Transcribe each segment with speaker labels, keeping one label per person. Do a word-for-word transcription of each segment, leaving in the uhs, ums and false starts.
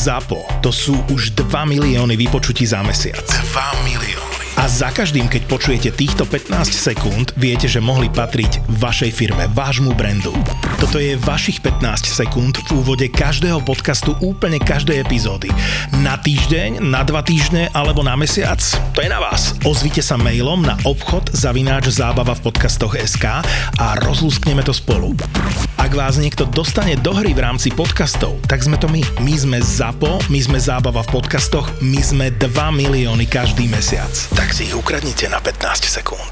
Speaker 1: ZAPO, to sú už dva milióny vypočutí za mesiac. dva milióny. A za každým, keď počujete týchto pätnásť sekúnd, viete, že mohli patriť vašej firme, vášmu brandu. Toto je vašich pätnásť sekúnd v úvode každého podcastu, úplne každej epizódy. Na týždeň, na dva týždne alebo na mesiac? To je na vás. Ozvite sa mailom na obchod zavináč zábava v podcastoch bodka es ká a rozlúskneme to spolu. Ak vás niekto dostane do hry v rámci podcastov, tak sme to my. My sme ZAPO, my sme zábava v podcastoch, my sme dva milióny každý mesiac. Tak si ich ukradnite na pätnásť sekúnd.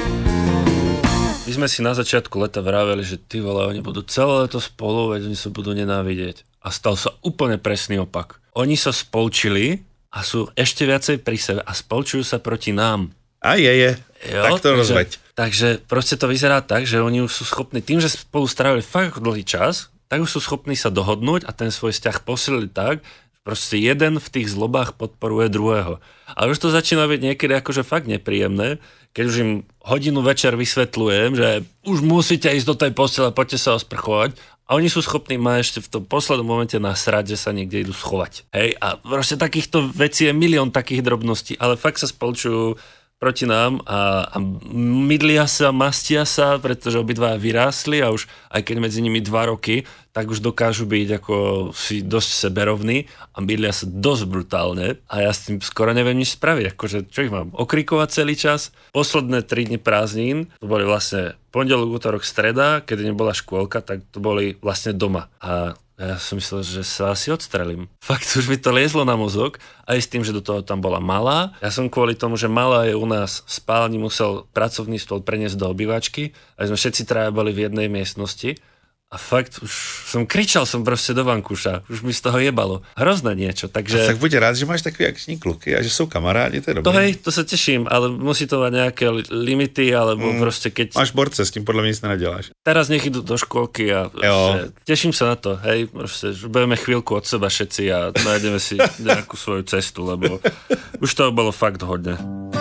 Speaker 2: My sme si na začiatku leta vraveli, že ty vole, oni budú celé leto spolu, veď oni sa budú nenávidieť. A stal sa úplne presný opak. Oni sa spolčili a sú ešte viacej pri sebe a spolčujú sa proti nám.
Speaker 3: A je, je.
Speaker 2: Jo,
Speaker 3: tak to
Speaker 2: takže,
Speaker 3: rozveď.
Speaker 2: Takže proste to vyzerá tak, že oni už sú schopní, tým, že spolu strávili fakt dlhý čas, tak už sú schopní sa dohodnúť a ten svoj vzťah posilili tak, že proste jeden v tých zlobách podporuje druhého. Ale už to začína byť niekedy akože fakt nepríjemné, keď už im hodinu večer vysvetľujem, že už musíte ísť do tej postele, poďte sa osprchovať. A oni sú schopní ma ešte v tom poslednom momente nasrať, že sa niekde idú schovať. Hej, a proste takýchto vecí je milión takých drobností, ale fakt sa spolčujú proti nám a, a mydlia sa, mastia sa, pretože obidva vyrástli a už aj keď medzi nimi dva roky, tak už dokážu byť ako si dosť seberovní a mydlia sa dosť brutálne a ja s tým skoro neviem nič spraviť, akože čo ich mám, okrikovať celý čas. Posledné tri dni prázdnin, to boli vlastne pondelok, útorok, streda, keď nebola škôlka, tak to boli vlastne doma a ja som myslel, že sa asi odstrelím. Fakt, už mi to liezlo na mozog, aj s tým, že do toho tam bola malá. Ja som kvôli tomu, že malá je u nás v spálni, musel pracovný stôl preniesť do obývačky a sme všetci traja boli v jednej miestnosti. A fakt, už som kričal som proste do vankúša, už mi z toho jebalo. Hrozné niečo, takže...
Speaker 3: A tak buď rád, že máš takové akční kluky a že sú kamarádi, to je dobré.
Speaker 2: To hej, to sa teším, ale musí to mať nejaké limity, alebo mm, proste keď...
Speaker 3: Máš borce, s tým podľa mňa nic nenadeláš.
Speaker 2: Teraz nech idú do škôlky a proste, teším sa na to, hej, proste, že budeme chvíľku od seba všetci a nájdeme si nejakú svoju cestu, lebo už toho bolo fakt hodne.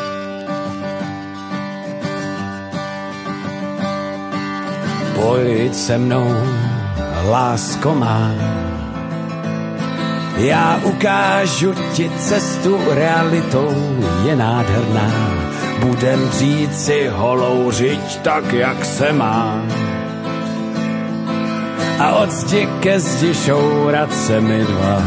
Speaker 4: Pojď se mnou, lásko má, já ukážu ti cestu, realitou je nádherná. Budem dřít si holou řiď tak, jak se má. A od zdi ke zdi šourat se mi dva.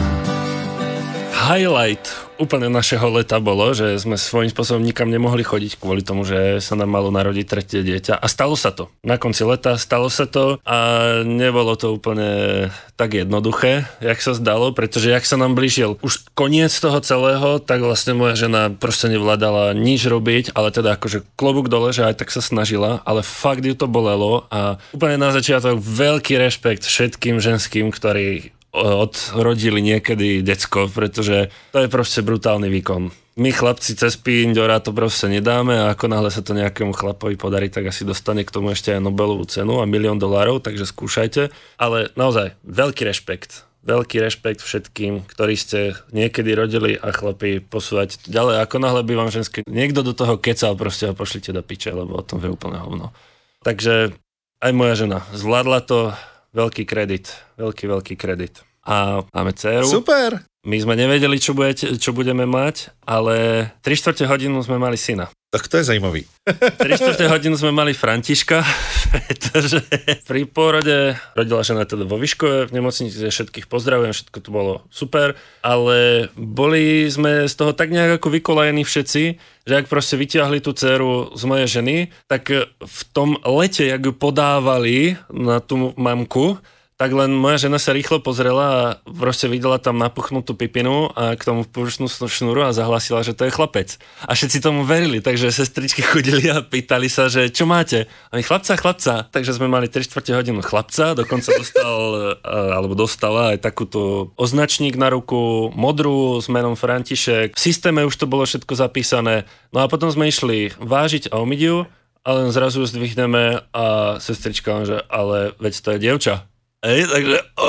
Speaker 2: Highlight úplne našeho leta bolo, že sme svojím spôsobom nikam nemohli chodiť kvôli tomu, že sa nám malo narodiť tretie dieťa a stalo sa to. Na konci leta stalo sa to a nebolo to úplne tak jednoduché, jak sa zdalo, pretože jak sa nám blížil už koniec toho celého, tak vlastne moja žena proste nevládala nič robiť, ale teda akože klobúk dole, že aj tak sa snažila, ale fakt ju to bolelo a úplne na začiatok veľký rešpekt všetkým ženským, ktorí odrodili niekedy decko, pretože to je proste brutálny výkon. My chlapci cez pindora to proste nedáme a ako náhle sa to nejakému chlapovi podarí, tak asi dostane k tomu ešte aj Nobelovú cenu a milión dolárov, takže skúšajte. Ale naozaj, veľký rešpekt. Veľký rešpekt všetkým, ktorí ste niekedy rodili a chlapi posúvať ďalej. Ako náhle by vám ženské niekto do toho kecal, proste ho pošlite do piče, lebo o tom vie úplne hovno. Takže aj moja žena zvládla to. Veľký kredit, veľký, veľký kredit. A máme dceru.
Speaker 3: Super!
Speaker 2: My sme nevedeli, čo, budete, čo budeme mať, ale tri štvrte hodinu sme mali syna.
Speaker 3: Tak to je zajímavý.
Speaker 2: tri štvrte hodinu sme mali Františka, pretože pri pôrode rodila žena teda vo Vyškove, v nemocnici, všetkých pozdravujem, všetko to bolo super, ale boli sme z toho tak nejak ako vykolajení všetci, že ak proste vytiahli tú dceru z mojej ženy, tak v tom lete, jak ju podávali na tú mamku, tak len moja žena sa rýchlo pozrela a proste videla tam napuchnutú pipinu a k tomu pušnú šnúru a zahlasila, že to je chlapec. A všetci tomu verili, takže sestričky chodili a pýtali sa, že čo máte? A my chlapca, chlapca. Takže sme mali tri štvrte hodinu chlapca, dokonca dostal, alebo dostala aj takúto označník na ruku, modrú s menom František. V systéme už to bolo všetko zapísané. No a potom sme išli vážiť a umyť ju, ale zrazu ju zdvihneme a sestrička, že ale veď to je dievča. Ej, takže, o,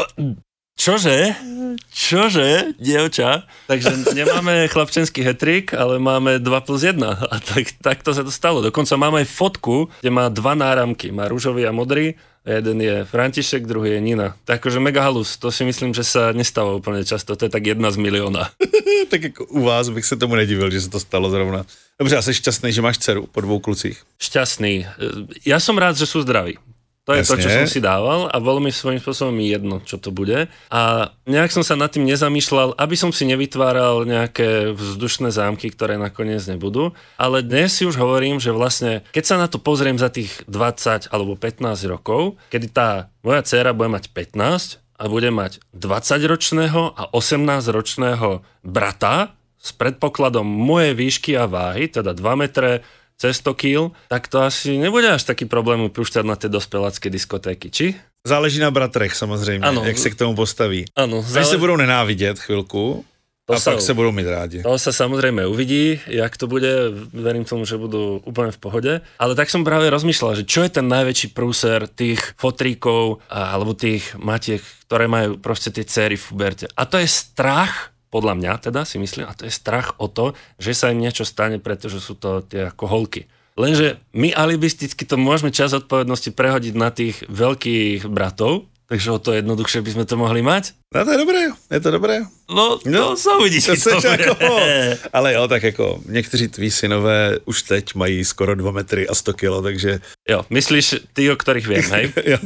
Speaker 2: čože? Čože, dievča? Takže nemáme chlapčenský hetrik, ale máme dva plus jedna. A tak, tak to sa to stalo. Dokonca máme aj fotku, kde má dva náramky. Má ružový a modrý Jeden je František, druhý je Nina. Tak akože mega halus, to si myslím, že sa nestáva úplne často, to je tak jedna z milióna.
Speaker 3: Tak jako u vás bych se tomu nedivil, že se to stalo zrovna. Dobře, a jsi šťastný, že máš dceru po dvou klucích?
Speaker 2: Šťastný. Ja som rád, že sú zdraví. To je Jasne. To, čo som si dával a bolo mi svojím spôsobom jedno, čo to bude. A nejak som sa nad tým nezamýšľal, aby som si nevytváral nejaké vzdušné zámky, ktoré nakoniec nebudú. Ale dnes si už hovorím, že vlastne, keď sa na to pozriem za tých dvadsať alebo pätnásť rokov, kedy tá moja dcéra bude mať pätnásť a bude mať dvadsaťročného a osemnásťročného brata s predpokladom mojej výšky a váhy, teda dva metre, cez sto kíl, tak to asi nebude až taký problém upúšťať na tie dospelácké diskotéky, či?
Speaker 3: Záleží na bratrech samozřejmě, ano, jak se k tomu postaví.
Speaker 2: Ano,
Speaker 3: zále... se budou nenávidět chvilku to a sa, pak se budou mít rádi.
Speaker 2: To sa samozrejme uvidí, jak to bude, verím tomu, že budú úplne v pohode. Ale tak som práve rozmýšľal, že čo je ten najväčší prúser tých fotríkov a, alebo tých matiek, ktoré majú proste tie céry v puberte. A to je strach, podľa mňa teda si myslím, a to je strach o to, že sa im niečo stane, pretože sú to tie ako holky. Lenže my alibisticky to môžeme čas odpovednosti prehodiť na tých veľkých bratov, takže o to jednoduchšie by sme to mohli mať.
Speaker 3: No to je dobré, je to dobré.
Speaker 2: No, no to se uvidí. To
Speaker 3: jako, ale jo, tak jako někteří tví synové už teď mají skoro dva metry a sto kilo, takže...
Speaker 2: Jo, myslíš ty, o kterých vím, hej?
Speaker 3: Jo.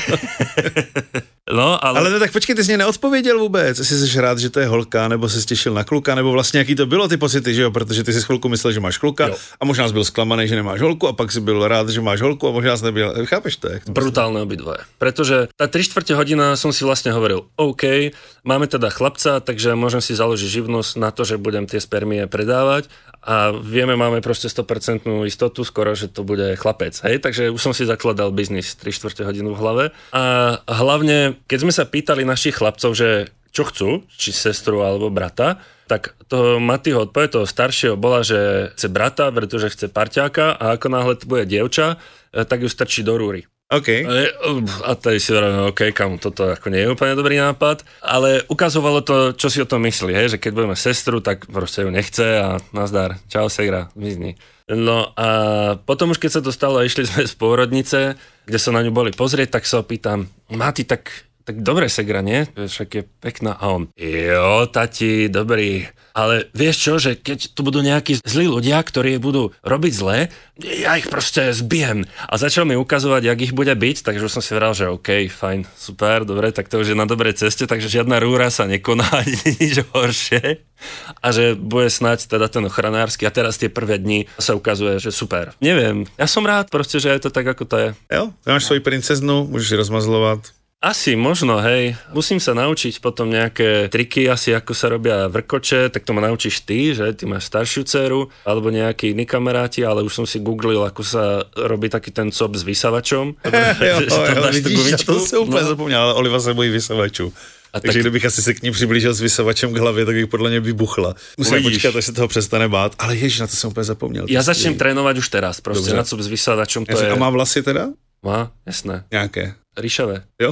Speaker 2: No, ale...
Speaker 3: ale no, tak počkej, ty jsi mě neodpověděl vůbec, jestli jsi rád, že to je holka, nebo jsi těšil na kluka, nebo vlastně jaký to bylo ty pocity, že jo, protože ty jsi chvilku myslel, že máš kluka, jo. A možná jsi byl zklamaný, že nemáš holku, a pak si byl rád, že máš holku, a možná jsi nebyl, chápeš to? Jak to
Speaker 2: brutálne obidvoje, pretože tá tri štvrte hodina som si vlastne hovoril, OK, máme teda chlapca, takže môžem si založiť živnosť na to, že budem tie spermie predávať a vieme, máme proste sto percent istotu skoro, že to bude chlapec, hej, takže už som si zakladal biznis tri štvrte hodinu v hlave a hlavne keď sme sa pýtali našich chlapcov, že čo chcú, či sestru alebo brata, tak to Matýho odpoveď toho staršieho bola, že chce brata, pretože chce parťáka a ako náhle to bude dievča, tak ju strčí do rúry.
Speaker 3: OK.
Speaker 2: A tady si hovorím, OK, kam, toto ako nie je úplne dobrý nápad, ale ukazovalo to, čo si o tom myslí, hej, že keď budeme sestru, tak proste ju nechce a nazdar, čau segra, zmizni. No a potom už keď sa to stalo a išli sme z pôrodnice, kde sa na ňu boli pozrieť, tak sa opýtam, Mati, tak, tak dobre segra, nie? Však je pekná. A on, jo, tati, dobrý. Ale vieš čo, že keď tu budú nejakí zlí ľudia, ktorí budú robiť zlé, ja ich proste zbijem. A začal mi ukazovať, jak ich bude byť, takže už som si vral, že OK, fajn, super, dobre, tak to už je na dobrej ceste, takže žiadna rúra sa nekoná, nič horšie. A že bude snáď teda ten ochranársky a teraz tie prvé dni sa ukazuje, že super. Neviem, ja som rád proste, že je to tak, ako to je.
Speaker 3: Jo, ty máš svoji princeznu, môžeš rozmazľovať.
Speaker 2: Asi, možno, hej. Musím sa naučiť potom nejaké triky, asi ako sa robia vrkoče, tak to ma naučíš ty, že ty máš staršiu dceru, alebo nejakí iní kamaráti, ale už som si googlil, ako sa robí taký ten cop s vysavačom.
Speaker 3: jo, jo, jo, vidíš, to som úplne no. zapomněl, ale Oliva se bojí vysavačů. A takže tak... kdybych asi se k ní přiblížil s vysavačem k hlavě, tak bych podle mě vybuchla. Musím počkat, až se toho přestane bát. Ale ježiš, na to jsem úplně zapomněl.
Speaker 2: Já začnem trénovat už teraz, prostě na cop s vysavačem. To je...
Speaker 3: A má vlasy teda?
Speaker 2: Má, jasné.
Speaker 3: Nějaké.
Speaker 2: Ríšavé.
Speaker 3: Jo?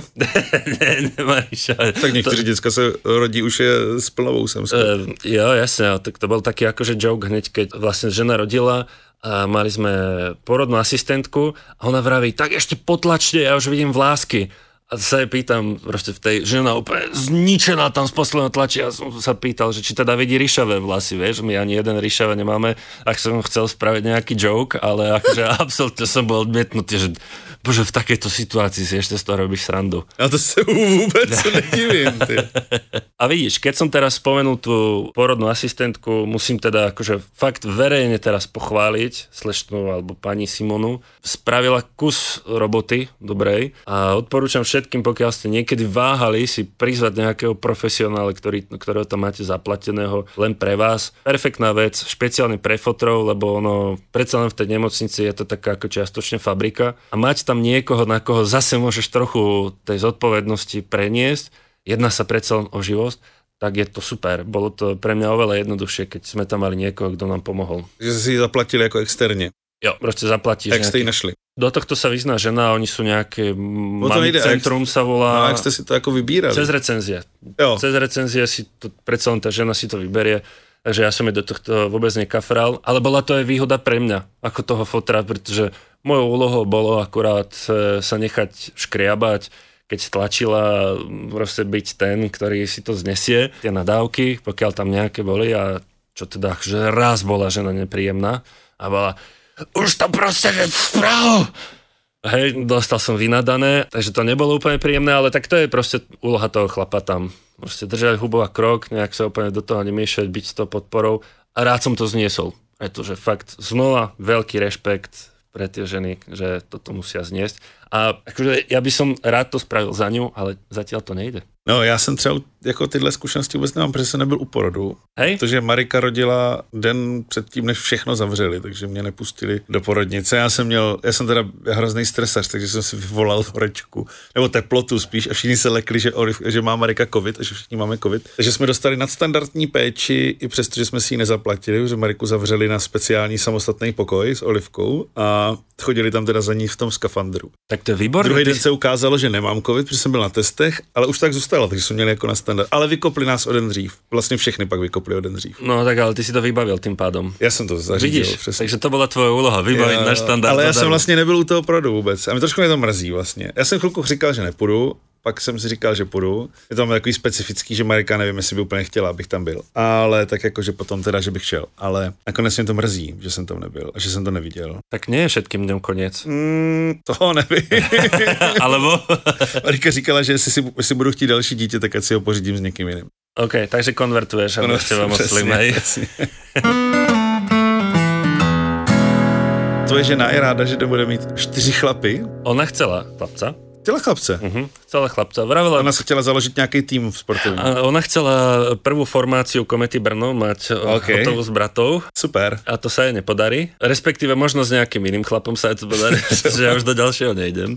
Speaker 2: ne, nemá ríšavé.
Speaker 3: Tak někteří to... děcka se rodí už je s plnovou semskou. Uh,
Speaker 2: jo, jasne, tak to bol taký akože joke hneď, keď vlastne žena rodila a mali sme porodnú asistentku a ona vraví, tak ešte potlačte, ja už vidím vlásky. A sa jej pýtam, proste v tej žena úplne zničená tam z posledného tlačí a som sa pýtal, že či teda vidí ríšavé vlasy, vieš, my ani jeden ríšavé nemáme, ak som chcel spraviť nejaký joke, ale akože absolútne som bol odmietnutý, že bože, v takejto situácii si ešte z toho robíš srandu.
Speaker 3: A to sa vôbec nedivím, ty.
Speaker 2: A vidíš, keď som teraz spomenul tú porodnú asistentku, musím teda akože fakt verejne teraz pochváliť slečnú alebo pani Simonu. Spravila kus roboty dobrej a odporúčam všetkým, pokiaľ ste niekedy váhali si prizvať nejakého profesionála, ktorý, ktorého tam máte zaplateného len pre vás. Perfektná vec, špeciálne pre fotrov, lebo ono predsa len v tej nemocnici je to taká ako čiastočne fabrika a mať tam niekoho, na koho zase môžeš trochu tej zodpovednosti preniesť, jedná sa predsa len o živosť, tak je to super. Bolo to pre mňa oveľa jednoduchšie, keď sme tam mali niekoho, kto nám pomohol.
Speaker 3: Že si zaplatili ako externe.
Speaker 2: Jo, proste zaplatíš.
Speaker 3: Jak nejaký... ste ich našli?
Speaker 2: Do tohto sa vyzná žena, oni sú nejaké mami centrum sa volá.
Speaker 3: No, jak ste si to ako vybírali?
Speaker 2: Cez recenzie.
Speaker 3: Jo.
Speaker 2: Cez recenzie si to, predsa len tá žena si to vyberie. Takže ja som jej do tohto vôbec nekafral, ale bola to aj výhoda pre mňa, ako toho fotra, pretože Mojou úlohou bolo akurát sa nechať škriabať, keď tlačila proste byť ten, ktorý si to znesie, tie nadávky, pokiaľ tam nejaké boli a čo teda, že raz bola žena nepríjemná a bola už to proste je vpravo. Hej, dostal som vynadané, takže to nebolo úplne príjemné, ale tak to je proste úloha toho chlapa tam. Môžete držať hubu a krok, nejak sa úplne do toho nemiešať, byť s tou podporou a rád som to zniesol. Pretože fakt znova veľký rešpekt pre tie ženy, že toto musia zniesť. A akože ja by som rád to spravil za ňu, ale zatiaľ to nejde.
Speaker 3: No, já jsem třeba jako tyhle zkušenosti vůbec nemám, protože jsem nebyl u porodu.
Speaker 2: Hej?
Speaker 3: Protože Marika rodila den předtím, než všechno zavřeli, takže mě nepustili do porodnice. Já jsem měl, já jsem teda hrozný stresař, takže jsem si vyvolal horečku, nebo teplotu spíš a všichni se lekli, že, že má Marika covid a že všichni máme covid. Takže jsme dostali nadstandardní péči, i přesto, že jsme si ji nezaplatili, že Mariku zavřeli na speciální samostatný pokoj s Olivkou a chodili tam teda za ní v tom skafandru.
Speaker 2: Tak to je výborné.
Speaker 3: Druhý den se ukázalo, že nemám covid, protože jsem byl na testech, ale už tak zůstalo, takže jsme měli jako na standard. Ale vykopli nás o den dřív. Vlastně všechny pak vykopli o den dřív.
Speaker 2: No tak ale ty si to vybavil tým pádom.
Speaker 3: Já jsem to zařídil.
Speaker 2: Vidíš,
Speaker 3: přesně.
Speaker 2: Takže to byla tvoje úloha, vybavit
Speaker 3: Já,
Speaker 2: náš standard.
Speaker 3: Ale já
Speaker 2: zadarmo.
Speaker 3: jsem vlastně nebyl u toho porodu vůbec. A mi trošku mě to mrzí vlastně. Já jsem chvilku říkal, že nepůjdu, pak jsem si říkal, že půjdu. Je tam takový specifický, že Marika nevím, jestli by úplně chtěla, abych tam byl. Ale tak jako, že potom teda, že bych šel. Ale nakonec mě to mrzí, že jsem tam nebyl a že jsem to neviděl.
Speaker 2: Tak nie je všetkým dňom koniec.
Speaker 3: Mm, toho nevím.
Speaker 2: Alebo?
Speaker 3: Marika říkala, že jestli, si, jestli budu chtít další dítě, tak ať si ho pořídím s někým jiným.
Speaker 2: OK, takže konvertuješ a
Speaker 3: No,
Speaker 2: budeš teba moslim, hej?
Speaker 3: Tvoje žena je ráda, že to bude mít čtyři chlapy.
Speaker 2: Ona chcela chlapca.
Speaker 3: Chtěla chlapce.
Speaker 2: Uh-huh. Chcela chlapca. Vravila,
Speaker 3: Ona se chtěla založit nějaký tým v sportovní.
Speaker 2: a ona chcela prvú formáciu Komety Brno mať
Speaker 3: Okay.
Speaker 2: hotovú s bratov.
Speaker 3: Super.
Speaker 2: A to sa jej nepodarí. Respektíve možno s nejakým iným chlapom sa jej to podarí, že ja už do ďalšieho nejdem.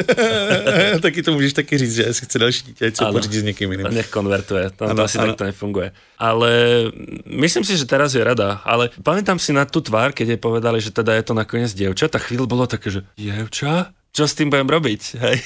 Speaker 3: Taky to můžeš taky říct, že jestli chce další dítě, ať se
Speaker 2: Áno.
Speaker 3: pořídí s někým jiným.
Speaker 2: A nech konvertuje. Tam
Speaker 3: Ano,
Speaker 2: to asi
Speaker 3: ano.
Speaker 2: takto nefunguje. Ale myslím si, že teraz je rada. Ale pamätám si na tú tvár, keď jej povedali, že teda je to nakoniec dievča, tak chvíľu bolo také, že dievča? Čo s tým budem robiť? Hej.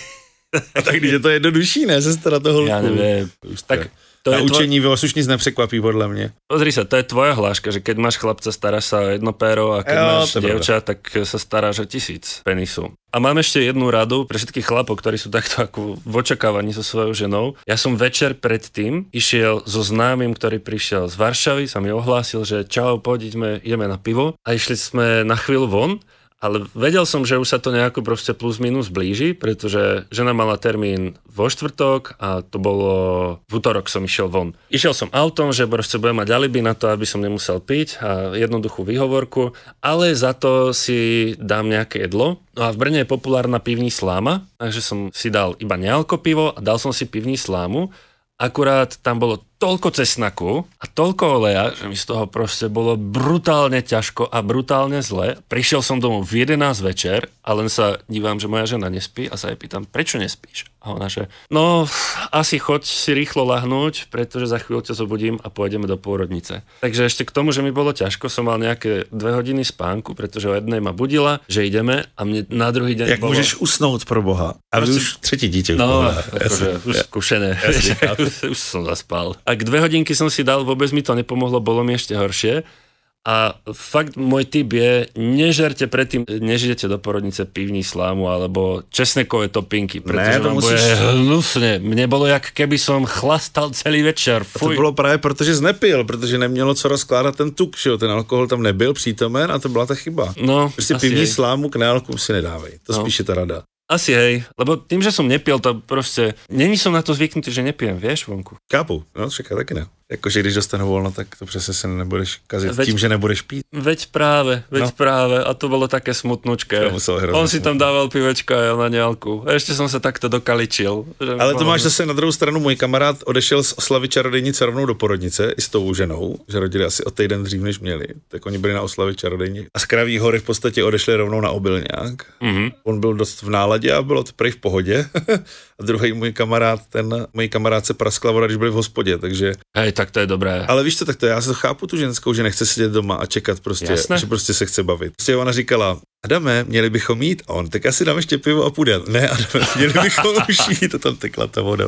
Speaker 3: A tak když je to jednodušší, ne, se starat toho holku.
Speaker 2: Ja neviem. Tak to
Speaker 3: na
Speaker 2: je
Speaker 3: učení tvoj... vás už nic nepřekvapí, podle mě.
Speaker 2: Pozri sa, to je tvoja hláška, že keď máš chlapca, staráš sa o jedno péro a keď
Speaker 3: Jo,
Speaker 2: máš
Speaker 3: to je
Speaker 2: dievča, tak sa staráš o tisíc penisu. A mám ešte jednu radu pre všetkých chlapov, ktorí sú takto ako v očakávaní so svojou ženou. Ja som večer predtým išiel so známym, ktorý prišiel z Varšavy, sa mi ohlásil, že čau, poďme, ideme na pivo a išli sme na chvíľu von. Ale vedel som, že už sa to nejako proste plus minus blíži, pretože žena mala termín vo štvrtok a to bolo v útorok som išiel von. Išiel som autom, že proste budem mať alibi na to, aby som nemusel piť a jednoduchú výhovorku, ale za to si dám nejaké jedlo. No a v Brne je populárna pivní sláma, takže som si dal iba nealko pivo a dal som si pivní slámu. Akurát tam bolo toľko cesnaku a toľko oleja, že mi z toho proste bolo brutálne ťažko a brutálne zle. Prišiel som domov v jedenásť večer a len sa dívam, že moja žena nespí a sa jej pýtam, prečo nespíš? A ona, že no, asi choď si rýchlo lahnúť, pretože za chvíľu ťa zobudím a pôjdeme do pôrodnice. Takže ešte k tomu, že mi bolo ťažko, som mal nejaké dve hodiny spánku, pretože o jednej ma budila, že ideme a mne na druhý deň
Speaker 3: Jak
Speaker 2: bolo...
Speaker 3: můžeš usnout pro Boha? A
Speaker 2: Prostě...
Speaker 3: už třetí dítě.
Speaker 2: No,
Speaker 3: už
Speaker 2: akože už skúšené. už, už som zaspal. Ak dve hodinky som si dal, vôbec mi to nepomohlo, bolo mi ešte horšie. A fakt môj tip je, nežerte predtým, než idete do porodnice pivní slámu alebo česnekové topinky, pretože
Speaker 3: ne, to
Speaker 2: vám
Speaker 3: musíš...
Speaker 2: bude hnusne. Mne bolo, jak keby som chlastal celý večer.
Speaker 3: A to
Speaker 2: Fuj.
Speaker 3: bylo právě protože jsi nepil, protože nemělo co rozkládat ten tuk, že jo, ten alkohol tam nebyl přítomen a to byla ta chyba.
Speaker 2: No,
Speaker 3: Prostě
Speaker 2: asi
Speaker 3: pivní
Speaker 2: hej.
Speaker 3: slámu k nealku si nedávej, to
Speaker 2: No.
Speaker 3: spíš je ta rada.
Speaker 2: Asi hej, lebo tým, že som nepil, to proste, není som na to zvyknutý, že nepijem, vieš, vonku.
Speaker 3: Chápu, no však taky ne. Jakože když dostanu volno, tak to přesně se nebudeš kazit
Speaker 2: Veď-
Speaker 3: tím, že nebudeš pít.
Speaker 2: Veď práve, veď
Speaker 3: No.
Speaker 2: práve. A to bolo také smutnučké.
Speaker 3: To muselo hrozně
Speaker 2: On si tam
Speaker 3: smutné.
Speaker 2: dával pivečka a ja na nealku. A ešte som sa takto dokaličil. Že
Speaker 3: Ale to
Speaker 2: bolo-
Speaker 3: máš zase na druhou stranu, můj kamarád odešel z oslavy čarodejnice rovnou do porodnice i s tou ženou, že rodili asi o týden dřív, než měli. Tak oni byli na oslavě čarodejní. A z Kraví hory v podstatě odešli rovnou na Obilňák.
Speaker 2: Mhm.
Speaker 3: On byl dost v náladě a bylo to prej v pohodě. A a druhý můj kamarád, ten můj kamarád se praskla voda, když byli v hospodě, takže...
Speaker 2: Hej, tak to je dobré.
Speaker 3: Ale víš co, tak to já to chápu tu ženskou, že nechce sedět doma a čekat prostě, Jasne. že prostě se chce bavit. Prostě ona říkala, Adame, měli bychom jít? A on, tak já si dám ještě pivo a půjdem. Ne, Adame, měli bychom už jít, a tam tekla ta voda.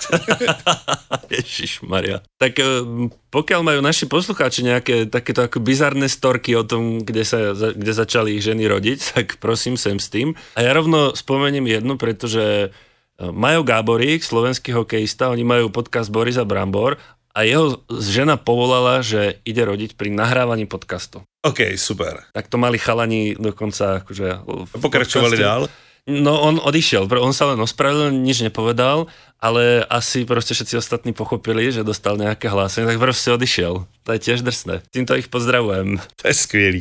Speaker 2: Ježišmaria. Tak pokiaľ majú naši poslucháči nejaké takéto ako bizarné storky o tom, kde, sa, kde začali ich ženy rodiť, tak prosím sem s tým. A ja rovno spomeniem jednu, pretože Majo Gáborík, slovenský hokejista, oni majú podcast Boris a Brambor a jeho žena povolala, že ide rodiť pri nahrávaní podcastu.
Speaker 3: OK, super.
Speaker 2: Tak to mali chalani dokonca akože...
Speaker 3: Pokračovali dál?
Speaker 2: No on odišiel, on sa len ospravedlnil, nič nepovedal, ale asi proste všetci ostatní pochopili, že dostal nejaké hlásenie, tak proste odišiel. To je tiež drsné. Týmto ich pozdravujem.
Speaker 3: To je skvělý.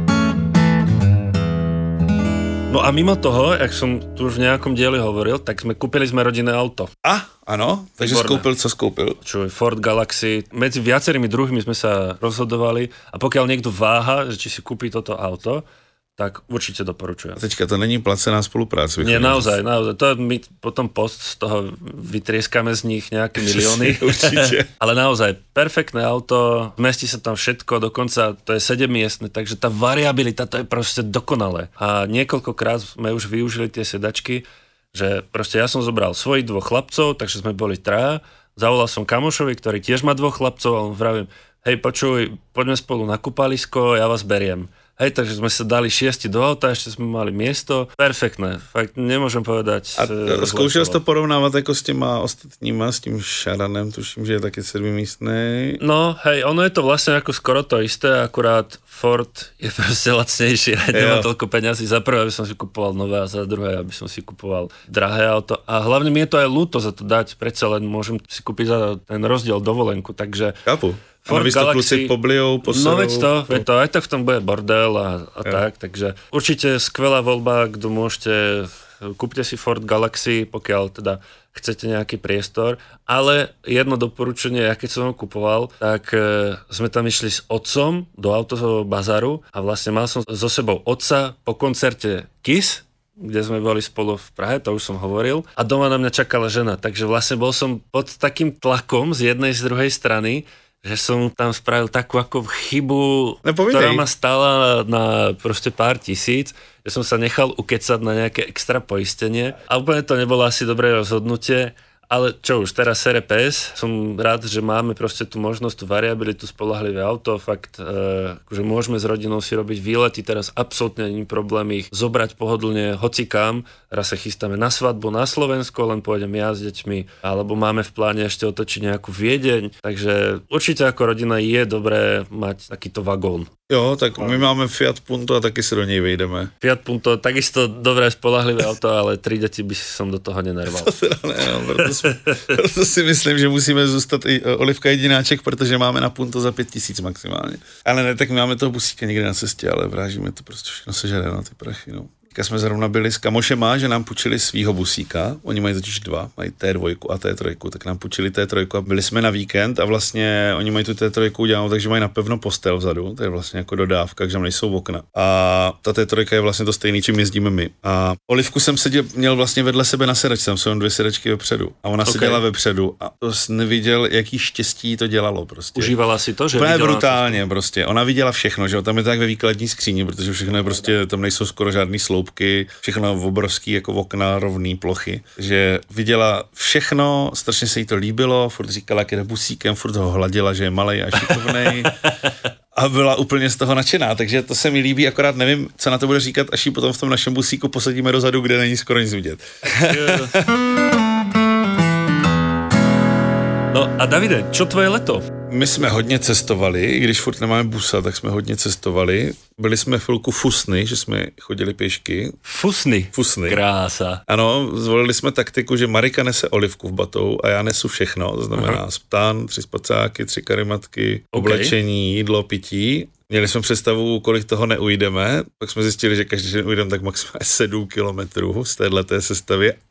Speaker 2: No a mimo toho, jak som tu už v nejakom dieli hovoril, tak sme kúpili sme rodinné auto.
Speaker 3: A, ano, takže Výborné. Skoupil, co skoupil? Čo
Speaker 2: Ford Galaxy. Medzi viacerými druhmi sme sa rozhodovali a pokiaľ niekto váha, že či si kúpi toto auto, tak určite doporučujem.
Speaker 3: Teďka to není placená spolupráce.
Speaker 2: Nie, naozaj, naozaj. To my potom post z toho vytrieskame z nich nejaké milióny.
Speaker 3: Určite.
Speaker 2: Ale naozaj, perfektné auto, zmestí sa tam všetko, dokonca to je sedemmiestne, takže tá variabilita, to je proste dokonalé. A niekoľkokrát sme už využili tie sedačky, že proste ja som zobral svojich dvoch chlapcov, takže sme boli traja, zavolal som kamošovi, ktorý tiež má dvoch chlapcov a on vravím, hej, počuj, poďme spolu na kúpalisko, ja vás beriem. Hej, takže sme sa dali šiesti do auta, ešte sme mali miesto. Perfektné, fakt nemôžem povedať.
Speaker 3: A zkoušel jsi to porovnávat jako s těma ostatníma, s tím Šaranem, tuším, že je taky sedmimístnej.
Speaker 2: No, hej, ono je to vlastne ako skoro to isté, akurát Ford je proste lacnejší, aj nemá toľko peňazí. Za prvé, aby som si kupoval nové a za druhé, aby som si kupoval drahé auto. A hlavne mi je to aj ľúto za to dať, predsa len môžem si kúpiť za ten rozdiel dovolenku, takže...
Speaker 3: Chápu. Ford ano, Galaxy, poblijou, poserou.
Speaker 2: No veď to, veď to, aj tak v tom bude bordel a, a tak, takže určite skvelá voľba, kto môžete, kúpte si Ford Galaxy, pokiaľ teda chcete nejaký priestor, ale jedno doporučenie, ja keď som ho kupoval, tak e, sme tam išli s otcom do autového bazaru a vlastne mal som so sebou otca po koncerte Kiss, kde sme boli spolu v Prahe, to už som hovoril, a doma na mňa čakala žena, takže vlastne bol som pod takým tlakom z jednej z druhej strany, že som tam spravil takú ako chybu, no, ktorá ma stála na proste pár tisíc, že som sa nechal ukecať na nejaké extra poistenie a úplne to nebolo asi dobré rozhodnutie, ale čo už, teraz er pé es, som rád, že máme proste tú možnosť, tú variabilitu, spoľahlivé auto, fakt, e, že môžeme s rodinou si robiť výlety, teraz absolútne není problém ich zobrať pohodlne hocikám, raz sa chystáme na svadbu na Slovensko, len pôjdem ja s deťmi, alebo máme v pláne ešte otočiť nejakú Viedeň, takže určite ako rodina je dobré mať takýto vagón.
Speaker 3: Jo, tak my máme Fiat Punto a taky se do něj vejdeme.
Speaker 2: Fiat Punto, takisto dobré spolahlivé auto, ale tri deti by som do toho nenerval.
Speaker 3: To teda ne, no, proto, si, proto si myslím, že musíme zůstat i Olivka jedináček, protože máme na Punto za pět tisíc maximálně. Ale ne, tak my máme toho busíka někde na cestě, ale vrážíme to prostě všechno sežere na ty prachy, no. Teďka jsme zrovna byli s kamošema, že nám půjčili svýho busíka, oni mají totiž dva, mají té dva a té tři, tak nám půjčili té tři a byli jsme na víkend a vlastně oni mají tu té tři udělanou, takže mají napevno postel vzadu, to je vlastně jako dodávka, takže tam nejsou okna. A ta té tři je vlastně to stejný, čím jezdíme my. A Olivku jsem seděl, měl vlastně vedle sebe na sedačce, tam jsou dvě sedačky vepředu a ona okay. seděla vepředu a to jsi neviděl, jaký štěstí to dělalo prostě.
Speaker 2: Užívala si to, že
Speaker 3: úplně brutálně to... prostě, ona viděla všechno, že tam je tak ve výkladní skříni, protože všechno je prostě, tam nejsou skoro žádný sloupky, všechno obrovský jako okna, rovný plochy, že viděla všechno, strašně se jí to líbilo, furt říkala, jak je busíkem, furt ho hladila, že je malej a šikovnej a byla úplně z toho nadšená, takže to se mi líbí, akorát nevím, co na to bude říkat, až ji potom v tom našem busíku posadíme dozadu, kde není skoro nic vidět.
Speaker 2: No a Davide, čo tvoje leto?
Speaker 3: My jsme hodně cestovali, i když furt nemáme busa, tak jsme hodně cestovali. Byli jsme chvilku Fusny, že jsme chodili pěšky.
Speaker 2: Fusny?
Speaker 3: Fusny.
Speaker 2: Krása.
Speaker 3: Ano, zvolili jsme taktiku, že Marika nese Olivku v batou a já nesu všechno, to znamená Aha. sptán, tři spacáky, tři karimatky, okay. oblečení, jídlo, pití. Měli jsme představu, kolik toho neujdeme, pak jsme zjistili, že každý den ujdeme tak maximálně sedm kilometrů z téhleté sestavy a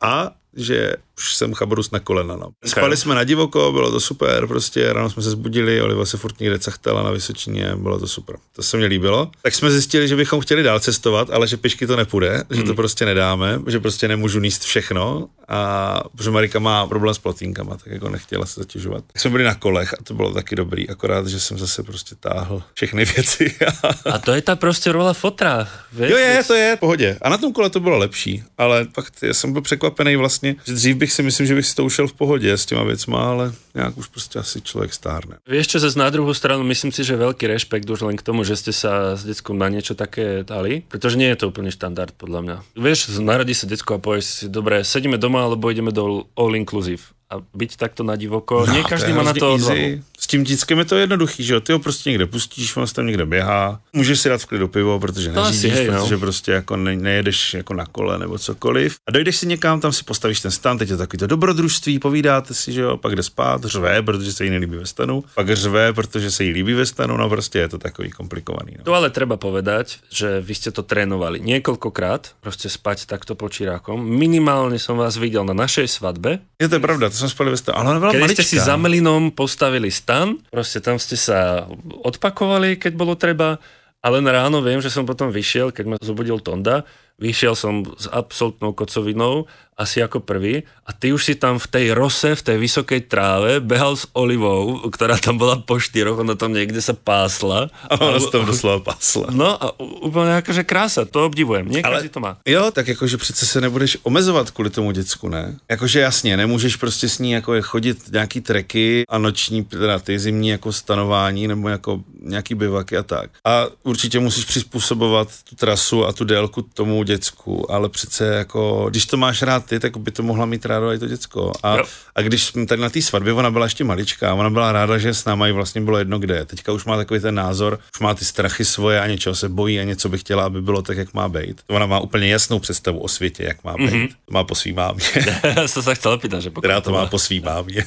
Speaker 3: že už jsem chabrus na kolena. No. Spali jsme na divoko, bylo to super, prostě ráno jsme se zbudili, Oliva se furt někde cachtala na Vysočině, bylo to super. To se mi líbilo. Tak jsme zjistili, že bychom chtěli dál cestovat, ale že pěšky to nepůjde, hmm. že to prostě nedáme, že prostě nemůžu níst všechno a protože Marika má problém s plotýnkama, tak jako nechtěla se zatěžovat. Tak jsme byli na kolech a to bylo taky dobrý, akorát, že jsem zase prostě táhl všechny věci.
Speaker 2: A to je ta prostě rola fotra. Vieš?
Speaker 3: Jo je, to je, v pohodě. A na tom kole to bylo lepší, ale fakt já jsem byl překvapený vlastně, že dřív bych si myslím, že bych si to ušel v pohodě s těma věcma, ale nějak už prostě asi člověk stárne.
Speaker 2: Vieš čo, zase na druhou stranu myslím si, že veľký rešpekt už len k tomu, že ste sa s deckom na niečo také dali, pretože nie je to úplne štandard podľa mňa. Vieš, narodí sa decko a povieš si, dobre, sedíme doma, alebo ideme do all inclusive. A byť takto na divoko, no, nie každý má na to odvahu.
Speaker 3: S tím dětskem je to jednoduchý, že jo, ty ho prostě někde pustíš, on se tam někde běhá, můžeš si dát v klidu pivo, protože
Speaker 2: to
Speaker 3: neřídíš,
Speaker 2: hej,
Speaker 3: protože
Speaker 2: no.
Speaker 3: prostě jako ne, nejedeš jako na kole nebo cokoliv. A dojdeš si někam, tam si postavíš ten stan, teď je takový to dobrodružství, povídáte si, že jo, pak jde spát, řve, protože se jí nelíbí ve stanu, pak řve, protože se jí líbí ve stanu, no prostě je to takový komplikovaný. No.
Speaker 2: Tu ale treba povedať, že vy ste to trénovali niekoľkokrát, proste spať takto počírákom. Minimálne som vás videl na našej svadbe.
Speaker 3: Je to pravda, to som spali ve stanu, ale ona bola
Speaker 2: keď
Speaker 3: maličká.
Speaker 2: Ste si za Melinom postavili stan, proste tam ste sa odpakovali, keď bolo treba, ale ráno viem, že som potom vyšiel, keď ma zobudil Tonda, vyšiel som s absolútnou kocovinou, asi ako prvý, a ty už si tam v tej rose, v tej vysokej tráve behal s Olivou, ktorá tam bola po štyroch, ona tam niekde sa pásla.
Speaker 3: A ona sa tam doslova pásla.
Speaker 2: No a úplne akože krása, to obdivujem, nie každý to má.
Speaker 3: Jo, tak jakože přece se nebudeš omezovat kvůli tomu děcku, ne? Jakože jasně, nemůžeš prostě s ní jako chodit nějaký treky a noční, teda ty zimní jako stanování nebo jako nějaký bivaky a tak. A určitě musíš přizpůsobovat tu trasu a tu délku tomu děcku, ale přece jako, když to máš rád ty, tak by to mohla mít ráda i to děcko. A, a když tady na té svatbě, ona byla ještě maličká, ona byla ráda, že s náma jí vlastně bylo jedno kde. Teďka už má takový ten názor, už má ty strachy svoje a něčeho se bojí a něco by chtěla, aby bylo tak, jak má být. Ona má úplně jasnou představu o světě, jak má být. Mm-hmm. To má po svý mámě.
Speaker 2: Já jsem se chtěl pýtat, že pokud
Speaker 3: která to má po svý mámě.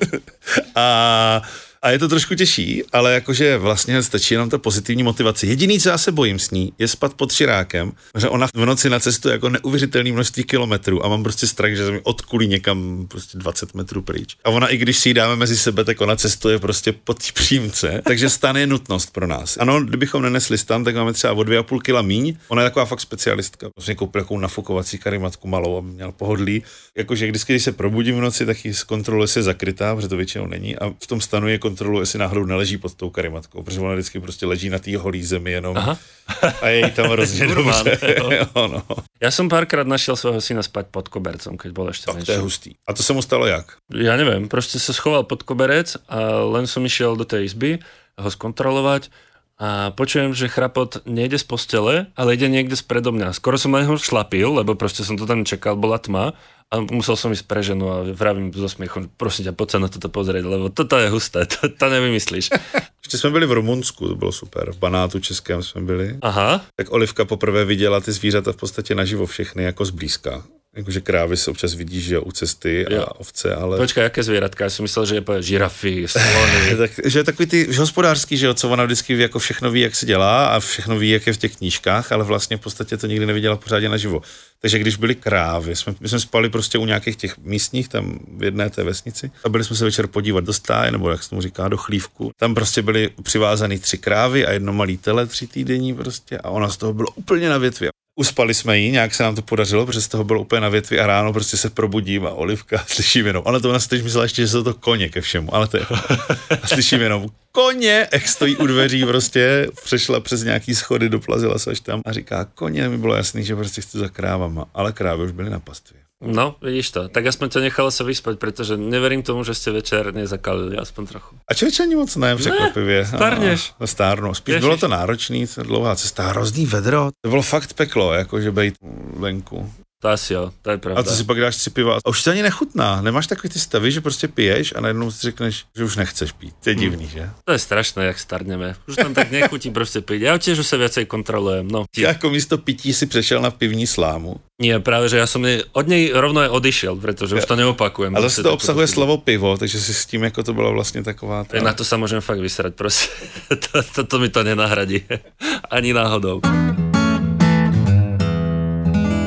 Speaker 3: a A je to trošku těžší, ale jakože vlastně stačí jenom ta pozitivní motivace. Jediný, co já se bojím s ní, je spad pod širákem, že ona v noci na cestu jako neuvěřitelné množství kilometrů a mám prostě strach, že se mi odkulí někam prostě dvacet metrů pryč. A ona, i když si ji dáme mezi sebe, tak ona cestuje prostě po té přímce, takže stan je nutnost pro nás. Ano, kdybychom nenesli stan, tak máme třeba o dvě a půl kila míň. Ona je taková fakt specialistka. Vlastně koupil takovou nafukovací karimatku malou, aby měla pohodlí. Jakože vždycky, když se probudím v noci, tak ji zkontroluje, jestli je zakrytá, protože to většinou není. A v tom stanu je kontrolu, jestli náhodou neleží pod tou karimatkou, protože ona vždycky prostě leží na té holý zemi jenom. Aha. A je jí tam hrozně dobře. Jo, no.
Speaker 2: Ja som párkrát našiel svojho syna spať pod kobercom, keď bol ešte
Speaker 3: menší. Tak to je hustý. A to sa mu stalo jak?
Speaker 2: Ja neviem, proste sa schoval pod koberec a len som išiel do tej izby ho skontrolovať a počujem, že chrapot nejde z postele, ale ide niekde spredo mňa. Skoro som na neho šlapil, lebo proste som to tam čakal, bola tma. A musel som ísť pre ženu a vravím so smiechom, prosím ťa, poď sa na toto pozrieť, lebo toto je husté, to, to nevymyslíš.
Speaker 3: Ještě jsme byli v Rumunsku, to bylo super, v Banátu českém jsme byli.
Speaker 2: Aha.
Speaker 3: Tak Olivka poprvé viděla ty zvířata v podstatě naživo všechny, jako zblízka. Jakože krávy se občas vidíš, že u cesty a jo. ovce, ale...
Speaker 2: Počkaj, jaké zvěratka? Já jsem myslel, že je po žirafy, slony.
Speaker 3: tak, že je takový ty že hospodářský, že jo, co ona vždycky ví, jako všechno ví, jak se dělá a všechno ví, jak je v těch knížkách, ale vlastně v podstatě to nikdy neviděla pořádně naživo. Takže když byly krávy, jsme, my jsme spali prostě u nějakých těch místních, tam v jedné té vesnici a byli jsme se večer podívat do stáje, nebo jak se tomu říká, do chlívku. Tam prostě byly přivázaný tři krávy a jedno malý tele tři týdenní prostě a ona z toho byla úplně na větvi. Uspali jsme jí, nějak se nám to podařilo, protože z toho bylo úplně na větvi a ráno prostě se probudím a Olivka slyším jenom, ale to ona si teď myslela ještě, že jsou to koně ke všemu, ale to je, a slyším jenom koně, jak stojí u dveří prostě, přešla přes nějaký schody, doplazila se až tam a říká koně, mi bylo jasný, že prostě chci za krávama, ale krávy už byly na pastvě.
Speaker 2: No, vidíš to. Tak aspoň ťa nechala sa vyspať, pretože neverím tomu, že ste večer nezakalili aspoň trochu.
Speaker 3: A člověče ani moc ne, překvapivě.
Speaker 2: Ne, stárneš.
Speaker 3: No, stárnu. Spíš Ježiš. Bylo to náročný, dlouhá cesta, hrozný vedro. To bylo fakt peklo, jakože bejt venku.
Speaker 2: To asi jo, to je pravda.
Speaker 3: A to si pak dáš tři piva. A už to ani nechutná. Nemáš takový ty stavy, že prostě piješ a najednou si řekneš, že už nechceš pít. To je hmm. divný, že?
Speaker 2: To je strašné, jak starneme. Už tam tak nechutí prostě pít. Já tiež už se viacej kontrolujem. No.
Speaker 3: Jako místo pití si přešel na pivní slámu.
Speaker 2: Nie, práve, že ja som ne, od nej rovno aj odišiel, pretože ja. už to neopakujem.
Speaker 3: Ale zase to obsahuje to slovo pivo, takže si s tím, jako to bylo vlastně taková...
Speaker 2: Ta... Na to sa môžem fakt vysrať, proste. to, to, to mi to nenahradí. Ani náhodou.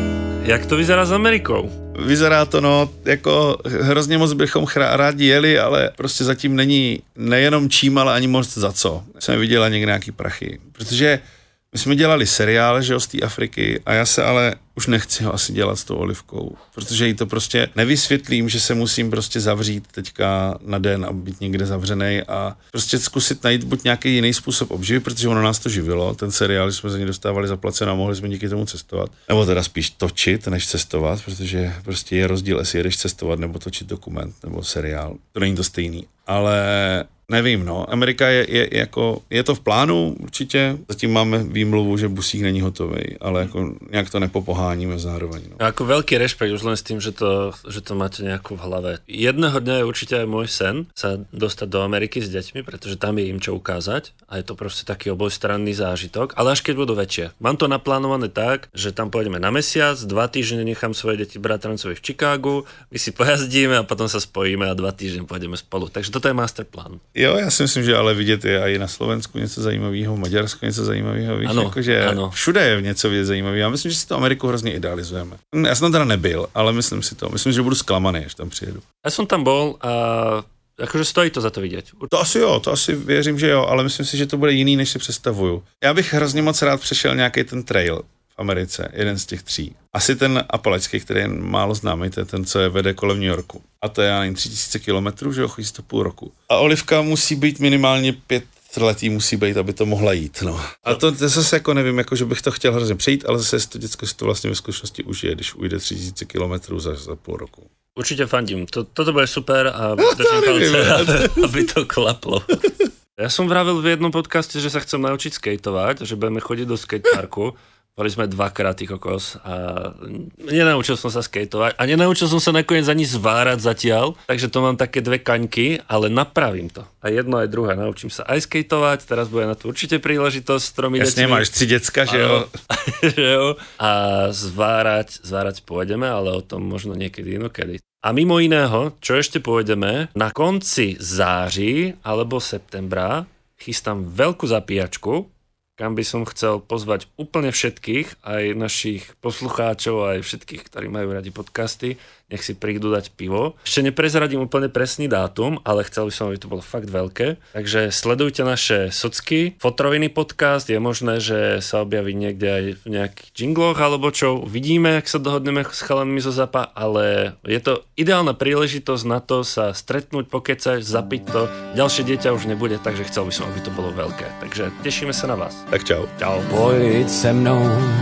Speaker 2: Jak to vyzerá s Amerikou?
Speaker 3: Vyzerá to, no, jako hrozně moc bychom chrá, rádi jeli, ale prostě zatím není nejenom čím, ale ani moc za co. Jsem viděla někde nějaký prachy, protože my jsme dělali seriál, že jo, z té Afriky a já se ale už nechci ho asi dělat s tou Olivkou, protože jí to prostě nevysvětlím, že se musím prostě zavřít teďka na den a být někde zavřenej a prostě zkusit najít buď nějaký jiný způsob obživy, protože ono nás to živilo, ten seriál, že jsme za ně dostávali zaplaceno a mohli jsme díky tomu cestovat. Nebo teda spíš točit, než cestovat, protože prostě je rozdíl, jestli jedeš cestovat nebo točit dokument nebo seriál. To není to stejný, ale nevím, no. Amerika je, je, jako, je to v plánu určitě. Zatím máme výmluvu, že busík není hotový, ale jako nějak to nepopoháníme zároveň. No.
Speaker 2: Ako veľký rešpekt už len s tým, že to, že to máte nejako v hlave. Jedného dňa je určite aj môj sen sa dostať do Ameriky s deťmi, pretože tam je im čo ukázať a je to proste taký obojstranný zážitok, ale až keď budú väčšie. Mám to naplánované tak, že tam pôjdeme na mesiac, dva týždne nechám svoje deti bratrancovi v Chicagu, my si pojazdíme a potom sa spojíme a dva týždne pôjdeme spolu. Takže toto je masterplán.
Speaker 3: Jo, já si myslím, že ale vidět je i na Slovensku něco zajímavého, v Maďarsku něco zajímavého, víš,
Speaker 2: ano,
Speaker 3: jakože
Speaker 2: ano.
Speaker 3: Všude je něco vidět zajímavého. Já myslím, že si to Ameriku hrozně idealizujeme. Já jsem tam teda nebyl, ale myslím si to. Myslím, že budu zklamaný, až tam přijedu.
Speaker 2: Já jsem tam bol a akože stojí to za to vidět.
Speaker 3: To asi jo, to asi věřím, že jo, ale myslím si, že to bude jiný, než si představuju. Já bych hrozně moc rád přešel nějaký ten trail v Americe, jeden z těch tří. Asi ten Apalačský, který je málo známý, to je ten, co je vede kolem New Yorku. A to je, já nevím, tři tisíce kilometrů, že jo, chodí to půl roku. A Olivka musí být minimálně pět letý musí být, aby to mohla jít, no. A to, to zase jako nevím, jako že bych to chtěl hrozně přejít, ale zase to děcko si to vlastně ve skutečnosti užije, když ujde tři tisíce kilometrů za, za půl roku.
Speaker 2: Určitě fandím, to, toto bude super a držím palce, aby to klaplo. Ja som vravil v jednom podcaste, že sa chcem naučiť skateovať, že budeme chodiť do skateparku. Boli sme dvakrát tý kokos a nenaučil som sa skateovať a nenaučil som sa nakoniec ani zvárať zatiaľ, takže to mám také dve kaňky, ale napravím to. A jedno aj druhé, naučím sa aj skateovať, teraz bude na to určite príležitosť s tromi
Speaker 3: deťmi. Jasne, máš tři decka, že jo?
Speaker 2: že jo? A zvárať, zvárať pôjdeme, ale o tom možno niekedy inokedy. A mimo iného, čo ešte pôjdeme, na konci září alebo septembra chystám veľkú zapíjačku, kam by som chcel pozvať úplne všetkých, aj našich poslucháčov, aj všetkých, ktorí majú radi podcasty, nech si prídu dať pivo. Ešte neprezradím úplne presný dátum, ale chcel by som, aby to bolo fakt veľké. Takže sledujte naše socky. Fotroviny podcast, je možné, že sa objaví niekde aj v nejakých jingloch alebo čo. Vidíme, ak sa dohodneme s chalanmi zo Zapa, ale je to ideálna príležitosť na to sa stretnúť, pokecať, zapiť to. Ďalšie dieťa už nebude, takže chcel by som, aby to bolo veľké. Takže tešíme sa na vás.
Speaker 3: Tak čau.
Speaker 2: Čau.
Speaker 4: Pojď se mnou,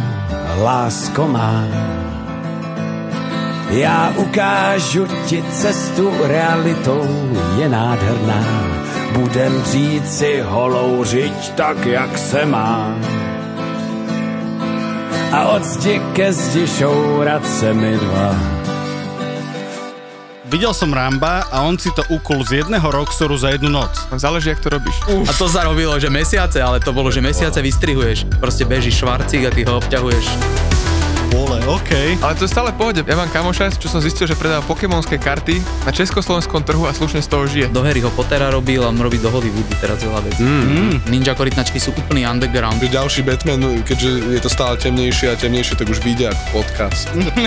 Speaker 4: lásko má. Já ukážu ti cestu, realitou je nádherná. Budem žít si holou řiď tak, jak se má. A od zdi ke zdi šourat se mi dva.
Speaker 5: Videl som Ramba a on si to ukul z jedného roxoru za jednu noc.
Speaker 6: Záleží, jak to robíš.
Speaker 7: Uf. A to zarobilo, že mesiace, ale to bolo, že mesiace vystrihuješ. Proste beží švarcík a ty ho obťahuješ.
Speaker 5: Vole, okej.
Speaker 6: Okay. Ale to je stále pohode. Ja mám kamoša, čo som zistil, že predáva pokémonské karty na československom trhu a slušne z toho žije.
Speaker 7: Do Harryho Pottera robil a on robí do Hollywoodu teraz veľa vecí. Mm. Ninja korytnačky sú úplný underground.
Speaker 8: Ďalší Batman, keďže je to stále temnejšie a temnejšie, tak už vyjde ako podcast.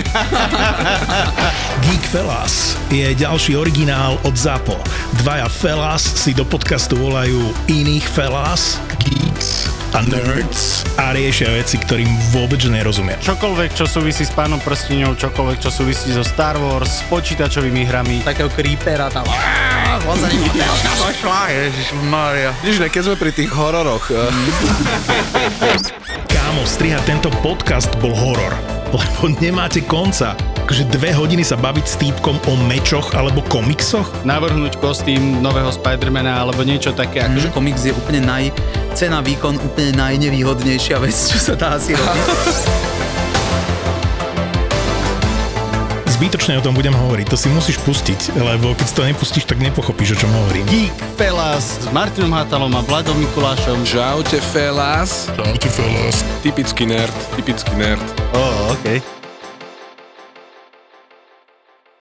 Speaker 1: Geek Fellas je ďalší originál od ZAPO. Dvaja Fellas si do podcastu volajú iných Fellas, Geeks a Nerds a riešia veci, ktorým vôbec nerozumia.
Speaker 5: Čokoľvek, čo súvisí s Pánom prsteňov, čokoľvek, čo súvisí so Star Wars, s počítačovými hrami.
Speaker 7: Takého creepera tam.
Speaker 6: Ježišmária.
Speaker 8: Vidíš, keď sme pri tých hororoch.
Speaker 1: Kámo, strihať tento podcast bol horor, lebo nemáte konca. Takže dve hodiny sa baviť s týpkom o mečoch alebo komiksoch?
Speaker 5: Navrhnúť kostým nového Spidermana alebo niečo také.
Speaker 7: Mm. Akože komiks je úplne naj... cena, výkon úplne najnevýhodnejšia vec, čo sa dá asi robiť.
Speaker 1: Zbytočne o tom budem hovoriť, to si musíš pustiť, lebo keď si to nepustíš, tak nepochopíš, o čom hovorím.
Speaker 5: Geek Fellas s Martinom Hatalom a Vladom Mikulášom.
Speaker 8: Čaute Fellas.
Speaker 1: Čaute Fellas.
Speaker 8: Typický nerd, typický nerd.
Speaker 5: Ó, oh, okej. Okay.